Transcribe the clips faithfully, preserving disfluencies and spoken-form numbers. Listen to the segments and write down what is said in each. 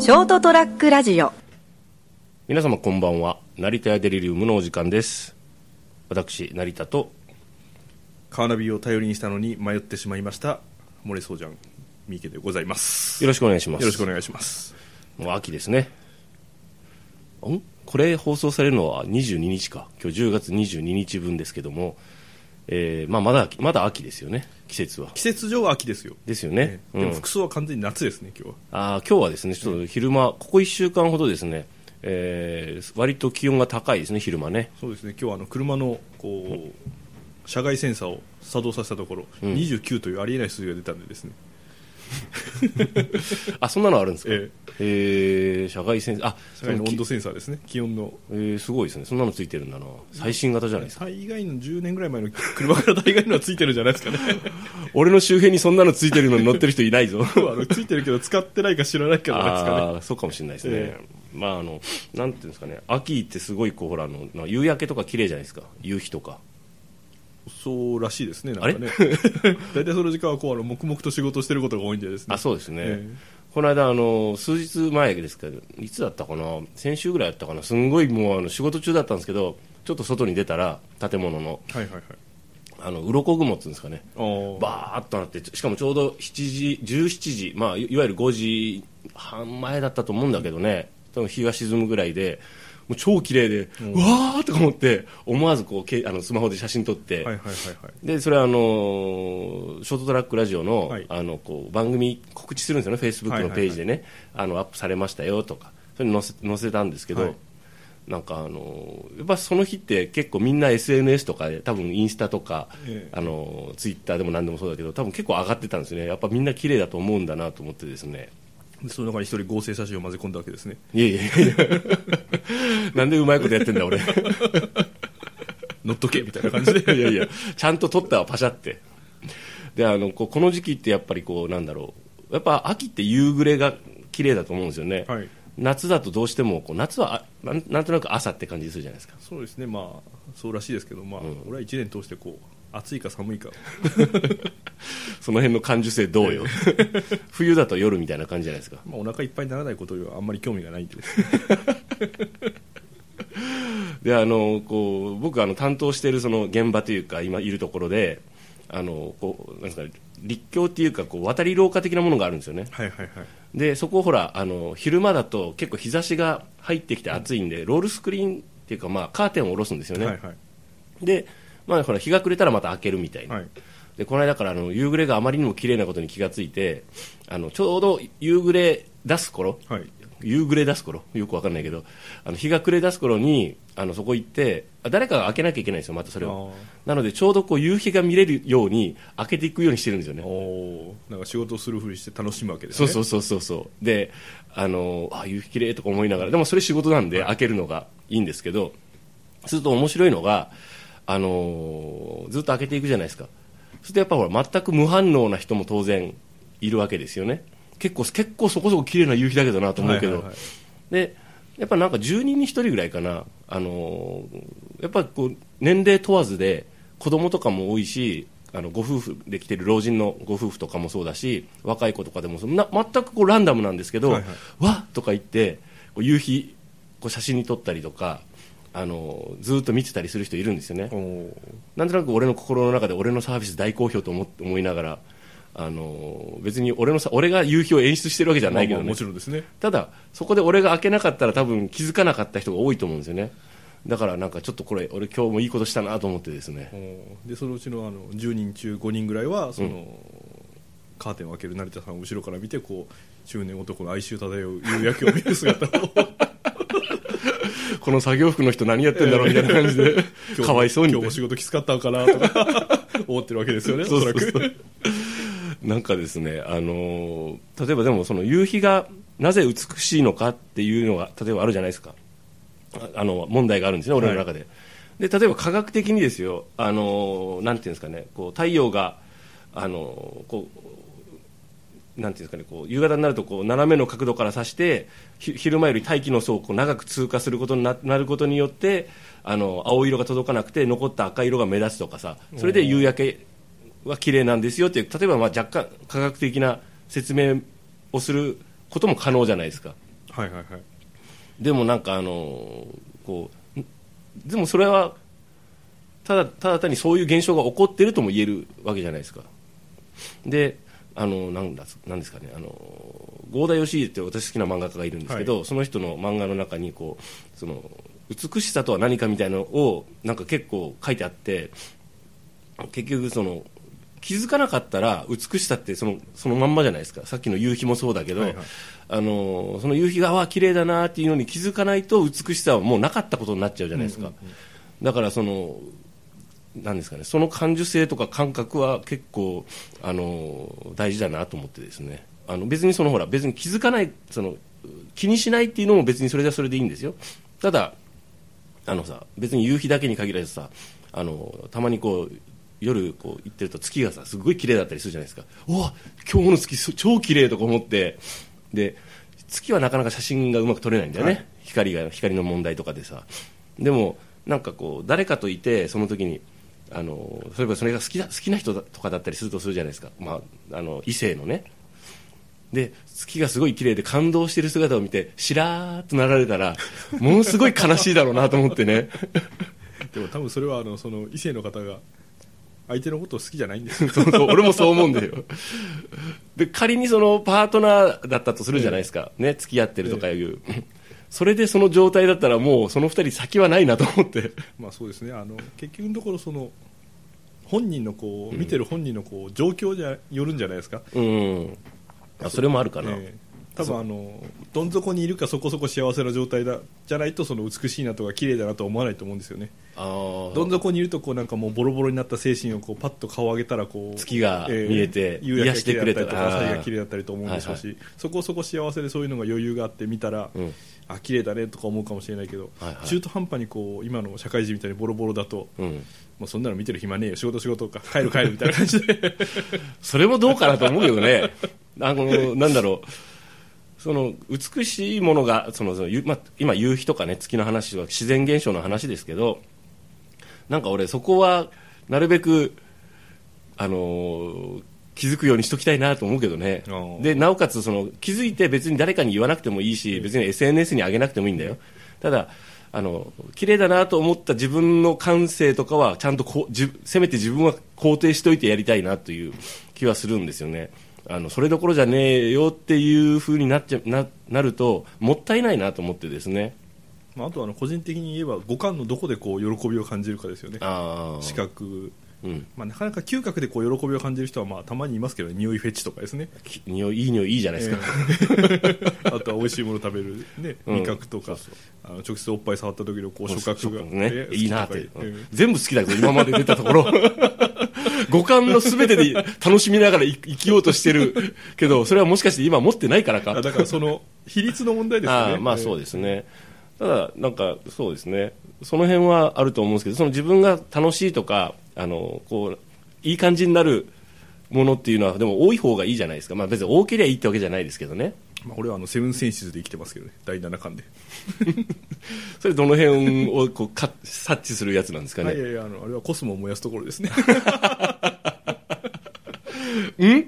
ショートトラックラジオ。 皆様こんばんは。成田屋デリリウムのお時間です。私成田とカーナビを頼りにしたのに迷ってしまいました森総ジャン三池でございます。 よろしくお願いします。 よろしくお願いします。 もう秋ですね。んこれ放送されるのはにじゅうににちか。今日じゅうがつにじゅうににちぶんですけども、えーまあ、まだまだ秋ですよね。季節は季節上は秋ですよ。 ですよね、 えー、でも服装は完全に夏ですね。今日はあ今日はですね、ちょっと昼間、ここいっしゅうかんほどですね、えー、割と気温が高いですね、昼間ね。 そうですね。今日はあの車のこう、うん、車外センサーを作動させたところ、うん、にじゅうきゅうというありえない数字が出たんでですねあ、そんなのあるんですか。 ええー、社外センサー、あ、 社外の温度センサーですね。気温の、 えー、すごいですね。そんなのついてるんだな。最新型じゃないですか。 大概のじゅうねんぐらい前の車から大概のはついてるんじゃないですかね俺の周辺にそんなのついてるのに乗ってる人いないぞあのついてるけど使ってないか知らないかじゃないですかね。 あ、そうかもしれないですね、えー、まああのなんていうんですかね、秋ってすごいこうほらあの夕焼けとか綺麗じゃないですか。夕日とかそうらしいですね。なんかね大体その時間はこうあの黙々と仕事してることが多いんでですね。 あ、そうですね、 えー、 この間あの数日前ですけど、いつだったかな、先週ぐらいだったかな、すんごいもうあの仕事中だったんですけど、ちょっと外に出たら建物の、 はいはいはい、 あの鱗雲っていうんですかね、 ババーッとなって、しかもちょうどしちじじゅうしちじ、まあ、いわゆるごじはん前だったと思うんだけどね、多分日が沈むぐらいでもう超綺麗で、うわーとか思って思わずこうけあのスマホで写真撮って、はいはいはいはい、でそれはあのショートトラックラジオ の,、はい、あのこう番組告知するんですよね。フェイスブックのページでね、はいはいはい、あのアップされましたよとかそれに載せ、載せたんですけど、はい、なんかあのやっぱその日って結構みんな エスエヌエス とかで多分インスタとか、えー、あのツイッターでも何でもそうだけど多分結構上がってたんですね。やっぱみんな綺麗だと思うんだなと思ってですね。 その中に一人合成写真を混ぜ込んだわけですね。 いやいやいやなんでうまいことやってんだ俺乗っとけみたいな感じでいやいやちゃんと撮ったわパシャってであのこうこの時期ってやっぱりこうなんだろう、やっぱ秋って夕暮れが綺麗だと思うんですよね、はい、夏だとどうしてもこう夏はな ん, なんとなく朝って感じするじゃないですか。 そうですね。まあそうらしいですけど、まあ、うん、俺は一年通してこう暑いか寒いかその辺の感受性どうよ冬だと夜みたいな感じじゃないですか。 まあ、お腹いっぱいにならないことにはあんまり興味がないんでですねであのこう僕あの担当しているその現場というか今いるところであのこうなんですかね、陸橋っていうかこう渡り廊下的なものがあるんですよね、はいはいはい、でそこほらあの昼間だと結構日差しが入ってきて暑いんで、うん、ロールスクリーンっていうか、まあ、カーテンを下ろすんですよね、はいはい、でまあ、ほら日が暮れたらまた開けるみたいな、はい、でこの間からあの夕暮れがあまりにも綺麗なことに気がついて、あのちょうど夕暮れ出す頃、はい、夕暮れ出す頃よく分かんないけど、あの日が暮れ出す頃にあのそこ行って誰かが開けなきゃいけないんですよ。またそれをなのでちょうどこう夕日が見れるように開けていくようにしてるんですよね。 おなんか仕事をするふりして楽しむわけですね。 そうそうそうそうで、あのあ夕日綺麗とか思いながら、でもそれ仕事なんで開けるのがいいんですけど、すると面白いのがあのー、ずっと開けていくじゃないですか。そしてやっぱほら全く無反応な人も当然いるわけですよね。結構結構そこそこ綺麗な夕日だけどなと思うけど、はいはいはい、でやっぱなんかじゅうにんにひとりぐらいかな、あのー、やっぱこう年齢問わずで子供とかも多いし、あのご夫婦で来てる老人のご夫婦とかもそうだし、若い子とかでもな全くこうランダムなんですけど、はいはい、わっとか言ってこう夕日こう写真に撮ったりとか、あのずっと見てたりする人いるんですよね。なんとなく俺の心の中で俺のサービス大好評と 思, 思いながら、あの別に 俺, の俺が夕日を演出してるわけじゃないけどね、 まあまあもちろんですね。ただそこで俺が開けなかったら多分気づかなかった人が多いと思うんですよね。だからなんかちょっとこれ俺今日もいいことしたなと思ってですね。 でそのうち の, あのじゅうにん中ごにんぐらいはその、うん、カーテンを開ける成田さんを後ろから見てこう中年男の哀愁漂う夕焼けを見る姿をこの作業服の人何やってんだろうみたいな感じで、えー、かわいそうに今日も仕事きつかったのかなとか思ってるわけですよね。 そうそうそうなんかですね、あのー、例えばでもその夕日がなぜ美しいのかっていうのが例えばあるじゃないですか。あの問題があるんですね、俺の中で、はい、で例えば科学的にですよ、あのー、なんていうんですかね、こう太陽があのー、こうなんていうんですかね、こう夕方になるとこう斜めの角度から差して昼間より大気の層をこう長く通過することに な, なることによってあの青色が届かなくて残った赤色が目立つとかさ、それで夕焼けは綺麗なんですよっていう、例えばまあ若干科学的な説明をすることも可能じゃないですか。 はいはいはい。 でもなんかあのこうでもそれはただただ単にそういう現象が起こっているとも言えるわけじゃないですか。であのなんだなんですかね、あの郷田義家って私好きな漫画家がいるんですけど、はい、その人の漫画の中にこうその美しさとは何かみたいなのをなんか結構書いてあって、結局その気づかなかったら美しさってそのそのまんまじゃないですか。さっきの夕日もそうだけど、はいはい、あのその夕日がわ綺麗だなっていうのに気づかないと美しさはもうなかったことになっちゃうじゃないですか、うんうんうん、だからそのなんですかね、その感受性とか感覚は結構あの大事だなと思ってですね、あの別にそのほら別に気づかない、その気にしないっていうのも別にそれはそれでいいんですよ。ただあのさ別に夕日だけに限らずさ、あのたまにこう夜こう行ってると月がさすごい綺麗だったりするじゃないですか。おわ今日の月超綺麗とか思って、で月はなかなか写真がうまく撮れないんだよね、はい、光が光の問題とかでさ。でもなんかこう誰かといてその時にあの例えばそれが好きだ好きな人とかだったりするとするじゃないですか、まあ、あの異性のね。で月がすごい綺麗で感動している姿を見てしらーっとなられたらものすごい悲しいだろうなと思ってねでも多分それはあのその異性の方が相手のことを好きじゃないんですよそうそう俺もそう思うんだよ。で仮にそのパートナーだったとするじゃないですか、えー、ね、付き合ってるとかいう、えー、それでその状態だったらもうそのふたり先はないなと思ってまあそうですね、あの結局のところその本人のこう見てる本人のこう状況じゃよるんじゃないですか。 うん、あそれもあるかな、えー多分あのどん底にいるかそこそこ幸せな状態だじゃないとその美しいなとか綺麗だなと思わないと思うんですよね。 あどん底にいるとこうなんかもうボロボロになった精神をこうパッと顔を上げたらこう月が見えて、 えー、夕焼けが綺麗だったりとか朝日が綺麗だったりと思うんでしょうし、はいはい、そこそこ幸せでそういうのが余裕があって見たら、うん、あ綺麗だねとか思うかもしれないけど、はいはい、中途半端にこう今の社会人みたいにボロボロだと、うん、もうそんなの見てる暇ねえよ仕事仕事か帰る帰るみたいな感じでそれもどうかなと思うけどねあのなんだろうその美しいものがそのその、ま、今夕日とかね月の話は自然現象の話ですけど、なんか俺そこはなるべくあのー、気づくようにしときたいなと思うけどね。でなおかつその気づいて別に誰かに言わなくてもいいし別に エスエヌエス に上げなくてもいいんだよ。ただあの綺麗だなと思った自分の感性とかはちゃんとこうじせめて自分は肯定しといてやりたいなという気はするんですよね。あのそれどころじゃねえよっていう風になっちゃ な, なるともったいないなと思ってですね。 まあ、あとはあの個人的に言えば五感のどこでこう喜びを感じるかですよね。あ視覚、うんまあ、なかなか嗅覚でこう喜びを感じる人はまあたまにいますけど、ね、匂いフェチとかですね。 匂いいい匂いいいじゃないですか、 えー、あとは美味しいもの食べる、ね、味覚とか、うん、そうそうあの直接おっぱい触った時のこう触覚が、 ね、いいなって、えー、全部好きだけど今まで出たところ五感の全てで楽しみながら生きようとしてるけどそれはもしかして今持ってないからか。 だからその比率の問題ですよね。 あまあそうですね。ただなんかそうですね、その辺はあると思うんですけど、その自分が楽しいとかあのこういい感じになるものっていうのはでも多い方がいいじゃないですか。まあ別に多ければいいってわけじゃないですけどね。 まあ、俺はあのセブンセンシズで生きてますけどね、だいななかんでそれどの辺をこうか察知するやつなんですかね。 いやいやあのあれはコスモを燃やすところですねん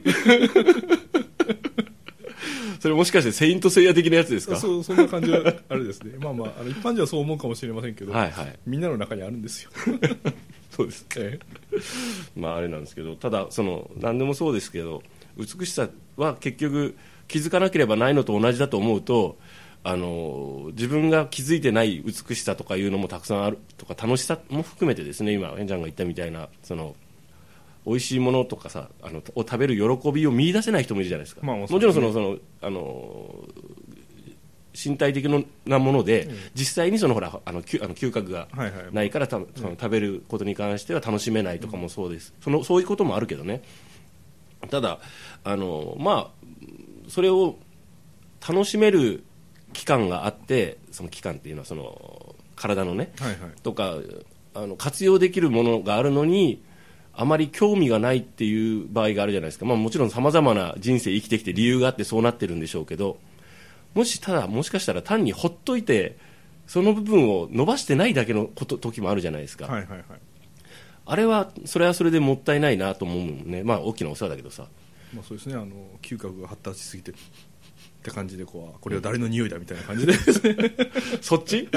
それもしかしてセイントセイヤ的なやつですか。 そうそんな感じはあれですねまあまあ、あの一般人はそう思うかもしれませんけど、 はいはい、 みんなの中にあるんですよそうです、ええ、まああれなんですけど、ただその何でもそうですけど美しさは結局気づかなければないのと同じだと思うと、あの自分が気づいてない美しさとかいうのもたくさんあるとか楽しさも含めてですね、今エンちゃんが言ったみたいなその美味しいものとかさあのを食べる喜びを見出せない人もいるじゃないですか、まあ、もちろんそのそのあの身体的なもので、うん、実際にそのほらあの 嗅, あの嗅覚がないから、はいはい、その食べることに関しては楽しめないとかもそうです、うん、そのそういうこともあるけどね。ただあのまあそれを楽しめる期間があって、その期間っていうのはその体のね、はいはい、とかあの活用できるものがあるのにあまり興味がないっていう場合があるじゃないですか。まあ、もちろんさまざまな人生生きてきて理由があってそうなってるんでしょうけど、もしただもしかしたら単にほっといてその部分を伸ばしてないだけのこと時もあるじゃないですか、はいはいはい、あれはそれはそれでもったいないなと思うもんね。まあ大きなお世話だけどさ、 まあ、そうですね、あの嗅覚が発達しすぎてって感じでこうこれは誰の匂いだみたいな感じでですねそっち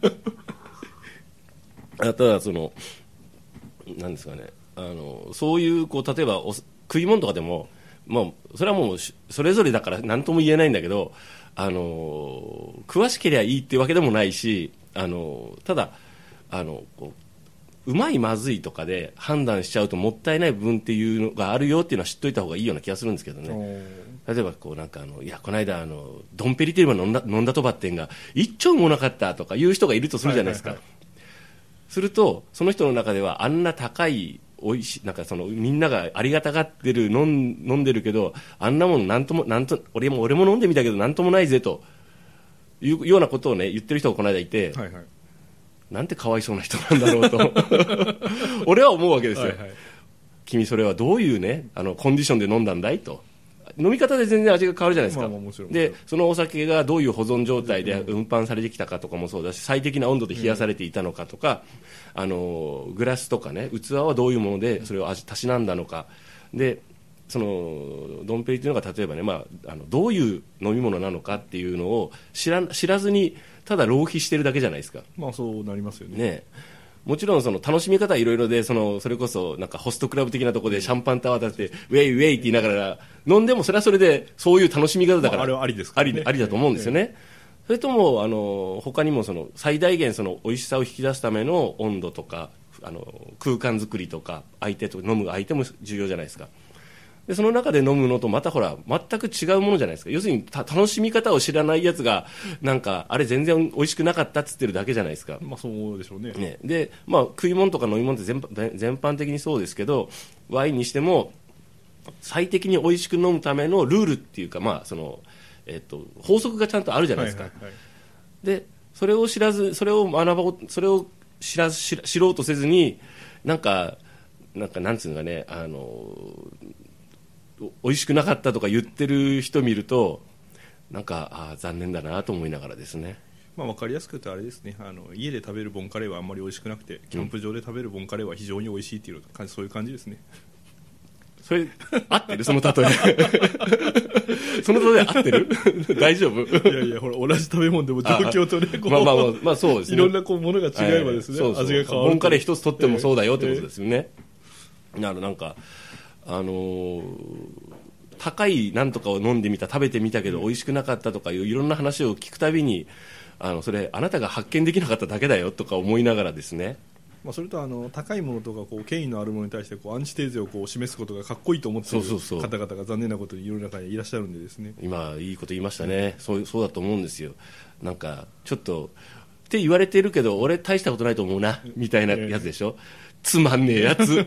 あとはそのなんですかね、あのそういうこう例えばお食い物とかでも、まあ、それはもうそれぞれだから何とも言えないんだけど、あの詳しければいいっていうわけでもないし、あのただあのこううまいまずいとかで判断しちゃうともったいない部分っていうのがあるよっていうのは知っといた方がいいような気がするんですけどね。例えばこうなんかあのいやこの間あのドンペリテルマ飲んだ飲んだとばってんが一丁もなかったとかいう人がいるとするじゃないですか、はいはいはい、するとその人の中ではあんな高いおいしいなんかそのみんながありがたがってる飲ん、飲んでるけどあんなものなんともなんと俺も俺も飲んでみたけどなんともないぜというようなことをね言ってる人がこの間いて、はいはい、なんてかわいそうな人なんだろうと俺は思うわけですよ、はいはい、君それはどういうねあのコンディションで飲んだんだいと、飲み方で全然味が変わるじゃないですか、まあ、もちろんでそのお酒がどういう保存状態で運搬されてきたかとかもそうだし、最適な温度で冷やされていたのかとか、うん、あのグラスとかね器はどういうものでそれを味たしなんだのかで、そのドンペリというのが例えばね、まあ、あのどういう飲み物なのかっていうのを知ら、知らずにただ浪費してるだけじゃないですか。 まあそうなりますよ ね, ねもちろんその楽しみ方はいろいろで、そのそれこそなんかホストクラブ的なところでシャンパンタワー立ててウェイウェイって言いながら飲んでもそれはそれでそういう楽しみ方だから、まあ、あれはありですからね、あり、ありだと思うんですよね、ええ、それともあの他にもその最大限その美味しさを引き出すための温度とかあの空間作りとか相手と飲む相手も重要じゃないですか。でその中で飲むのとまたほら全く違うものじゃないですか。要するに楽しみ方を知らないやつがなんかあれ全然美味しくなかったっつってるだけじゃないですか。 まあそうでしょう ね, ねで、まあ、食い物とか飲み物って 全, 全般的にそうですけど、ワインにしても最適に美味しく飲むためのルールっていうか、まあそのえっと、法則がちゃんとあるじゃないですか、はいはいはい、でそれを知らずそれを学ぼうそれを知らず知ろうとせずになんかなんかなんつうのかね、あの美味しくなかったとか言ってる人見るとなんかあ残念だなと思いながらですね。 まあ、分かりやすく言うとあれですね、あの家で食べるボンカレーはあんまり美味しくなくてキャンプ場で食べるボンカレーは非常に美味しいっていう感じ、そういう感じですね。 それ合ってるその例えその例え合ってる大丈夫いやいやほら同じ食べ物でも状況とねこう、 まあまあまあ、まあ、そうですね、 いろんなこうものが違えばですね、はい、そうそう味が変わる。 ボンカレー一つ取ってもそうだよってことですよね、えー、なるなんかあのー、高いなんとかを飲んでみた食べてみたけど美味しくなかったとかいういろんな話を聞くたびにあのそれあなたが発見できなかっただけだよとか思いながらですね、 まあ、それとあの高いものとかこう権威のあるものに対してこうアンチテーゼをこう示すことがかっこいいと思っている方々が残念なことに世の中にいらっしゃるんでですね。 今いいこと言いましたね、うん、そう、そうだと思うんですよ。なんかちょっとって言われてるけど俺大したことないと思うなみたいなやつでしょ、えー、つまんねえやつ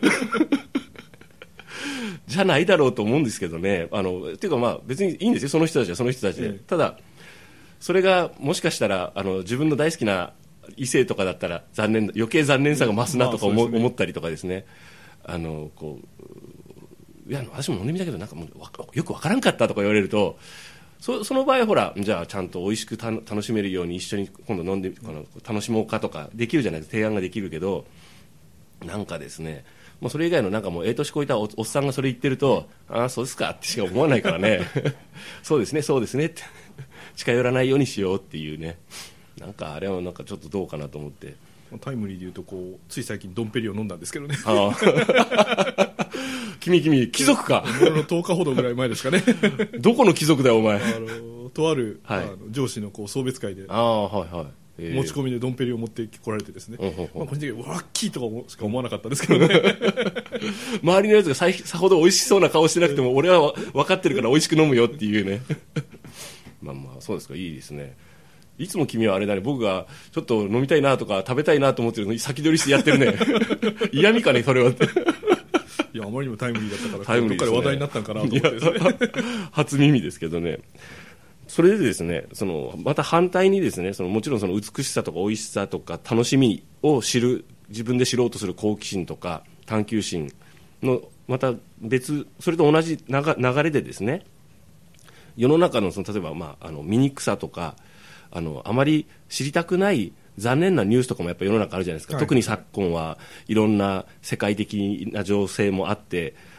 じゃないだろうと思うんですけどね。あのっていうかまあ別にいいんですよ、その人たちはその人たちで、えー、ただそれがもしかしたらあの自分の大好きな異性とかだったら残念余計残念さが増すなとか 思,、まあね、思ったりとかですね、あのこういや私も飲んでみたけどなんかもうよくわからんかったとか言われると そ, その場合ほらじゃあちゃんと美味しくた楽しめるように一緒に今度飲んでこの楽しもうかとかできるじゃないですか、提案ができるけどなんかですねもうそれ以外のなんかもうええ年こいた お, おっさんがそれ言ってるとああそうですかってしか思わないからねそうですねそうですねって近寄らないようにしようっていうね、なんかあれはなんかちょっとどうかなと思ってタイムリーで言うとこうつい最近ドンペリを飲んだんですけどね。 あ君君貴族かもののとおかほどぐらい前ですかねどこの貴族だよお前。あのとある、はい、あの上司のこう送別会であ、はいはいえー、 持ち込みでドンペリを持ってこられてですね、うんまあ、個人的にラッキーとかしか思わなかったんですけどね周りのやつがさ, さほど美味しそうな顔してなくても俺は分かってるから美味しく飲むよっていうねまあまあそうですか、いいですね。いつも君はあれだね、僕がちょっと飲みたいなとか食べたいなと思ってるのに先取りしてやってるね嫌味かねそれは。いやあまりにもタイムリーだったからタイムリー、ね、どっかで話題になったんかなと思ってですね初耳ですけどね。それでですねそのまた反対にですねそのもちろんその美しさとか美味しさとか楽しみを知る自分で知ろうとする好奇心とか探求心のまた別それと同じ流れでですね世の中のその例えば、まあ、あの醜さとかあのあまり知りたくない残念なニュースとかもやっぱり世の中あるじゃないですか、はい、特に昨今はいろんな世界的な情勢もあって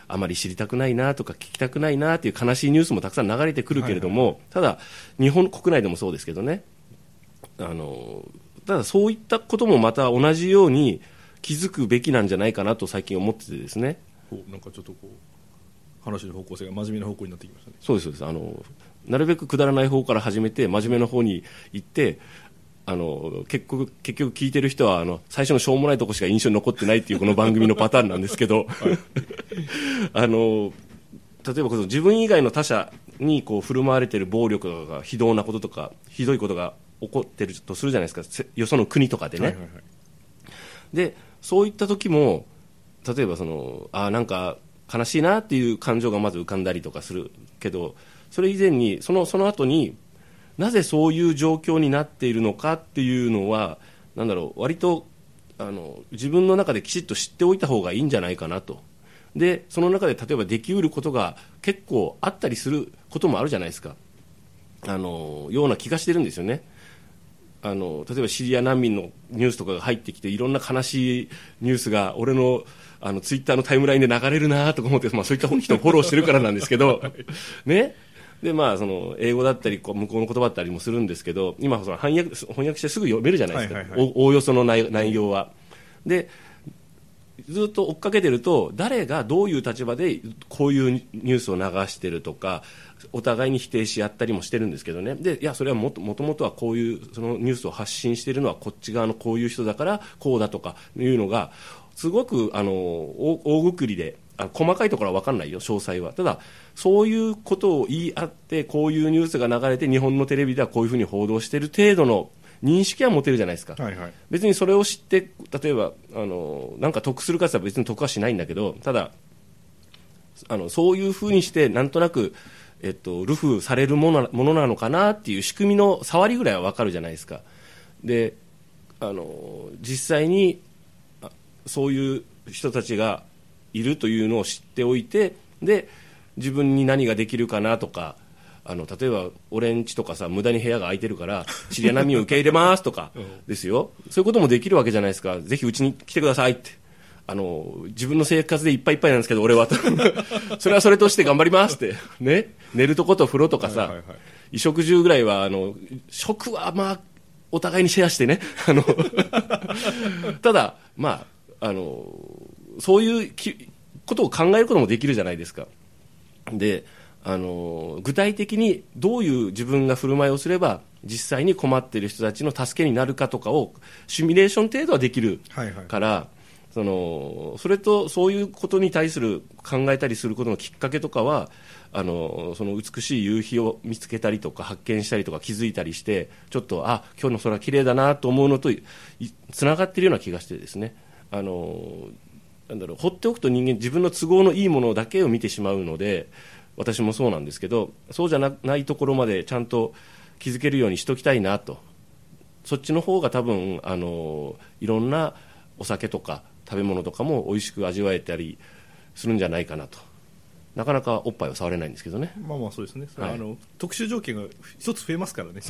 あまり知りたくないなとか聞きたくないなという悲しいニュースもたくさん流れてくるけれども、はいはい、ただ日本国内でもそうですけどね、あのただそういったこともまた同じように気づくべきなんじゃないかなと最近思っててですね。 なんかちょっとこう話の方向性が真面目な方向になってきましたね。 そうですそうです。あのなるべくくだらない方から始めて真面目な方に行って、あの結局結局聞いてる人はあの最初のしょうもないとこしか印象に残ってないっていうこの番組のパターンなんですけど、はい、あの例えばこの自分以外の他者にこう振る舞われている暴力とか非道なこととかひどいことが起こっているとするじゃないですか、よその国とかでね、はいはいはい、でそういった時も例えばそのあなんか悲しいなっていう感情がまず浮かんだりとかするけど、それ以前にそのその後になぜそういう状況になっているのかっていうのはなんだろう、割とあの自分の中できちっと知っておいた方がいいんじゃないかなと。でその中で例えばできうることが結構あったりすることもあるじゃないですか、あのような気がしてるんですよね。あの例えばシリア難民のニュースとかが入ってきていろんな悲しいニュースが俺のあのツイッターのタイムラインで流れるなとか思って、まあ、そういった人をフォローしてるからなんですけど、ね、でまあ、その英語だったりこう向こうの言葉だったりもするんですけど、今その翻訳、翻訳してすぐ読めるじゃないですか、はいはいはい、おおおよその 内, 内容は。でずっと追っかけてると誰がどういう立場でこういうニュースを流してるとかお互いに否定し合ったりもしてるんですけどね。でいやそれはもともとはこういうそのニュースを発信しているのはこっち側のこういう人だからこうだとかいうのがすごくあの大ぐくりで、あ細かいところは分かんないよ詳細は。ただそういうことを言い合ってこういうニュースが流れて日本のテレビではこういうふうに報道している程度の認識は持てるじゃないですか、はいはい、別にそれを知って例えばあのなんか得するかって言ったら別に得はしないんだけど、ただあのそういうふうにしてなんとなく、えっと、ルフされるもの、ものなのかなっていう仕組みの触りぐらいは分かるじゃないですか。であの実際にそういう人たちがいるというのを知っておいて、で自分に何ができるかなとか、あの例えば俺んちとかさ無駄に部屋が空いてるからシリア難民を受け入れますとかですよ、そういうこともできるわけじゃないですか。ぜひうちに来てくださいって、あの自分の生活でいっぱいいっぱいなんですけど俺はそれはそれとして頑張りますって、ね、寝るとこと風呂とかさ、はいはいはい、衣食住ぐらいはあの食はまあお互いにシェアしてねあのただまああのそういうきことを考えることもできるじゃないですか。であの具体的にどういう自分が振る舞いをすれば実際に困っている人たちの助けになるかとかをシミュレーション程度はできるから、はいはい、そのそれとそういうことに対する考えたりすることのきっかけとかはあのその美しい夕日を見つけたりとか発見したりとか気づいたりしてちょっとあ今日の空綺麗だなと思うのとつながっているような気がしてですね、あのなんだろう、放っておくと人間自分の都合のいいものだけを見てしまうので、私もそうなんですけどそうじゃ な, ないところまでちゃんと気づけるようにしておきたいなと。そっちの方が多分あのいろんなお酒とか食べ物とかも美味しく味わえたりするんじゃないかなと。なかなかおっぱいは触れないんですけどね。 まあまあそうですね、はい、あの特殊条件が一つ増えますからね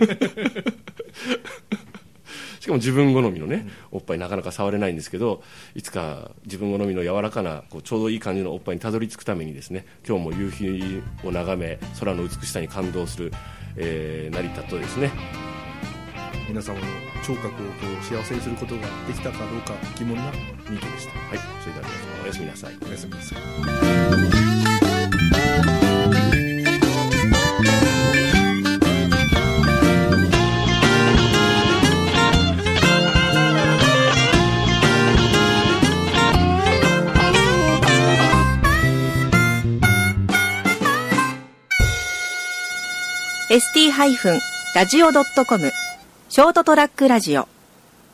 しかも自分好みのね、おっぱいなかなか触れないんですけど、いつか自分好みの柔らかなこうちょうどいい感じのおっぱいにたどり着くためにですね、今日も夕日を眺め空の美しさに感動する、えー、成田とですね、 皆様の聴覚をこう幸せにすることができたかどうか疑問なミートでした。 はい、それではおやすみなさい。 おやすみなさい。 エスティー ラジオ ドットコム ショートトラックラジオ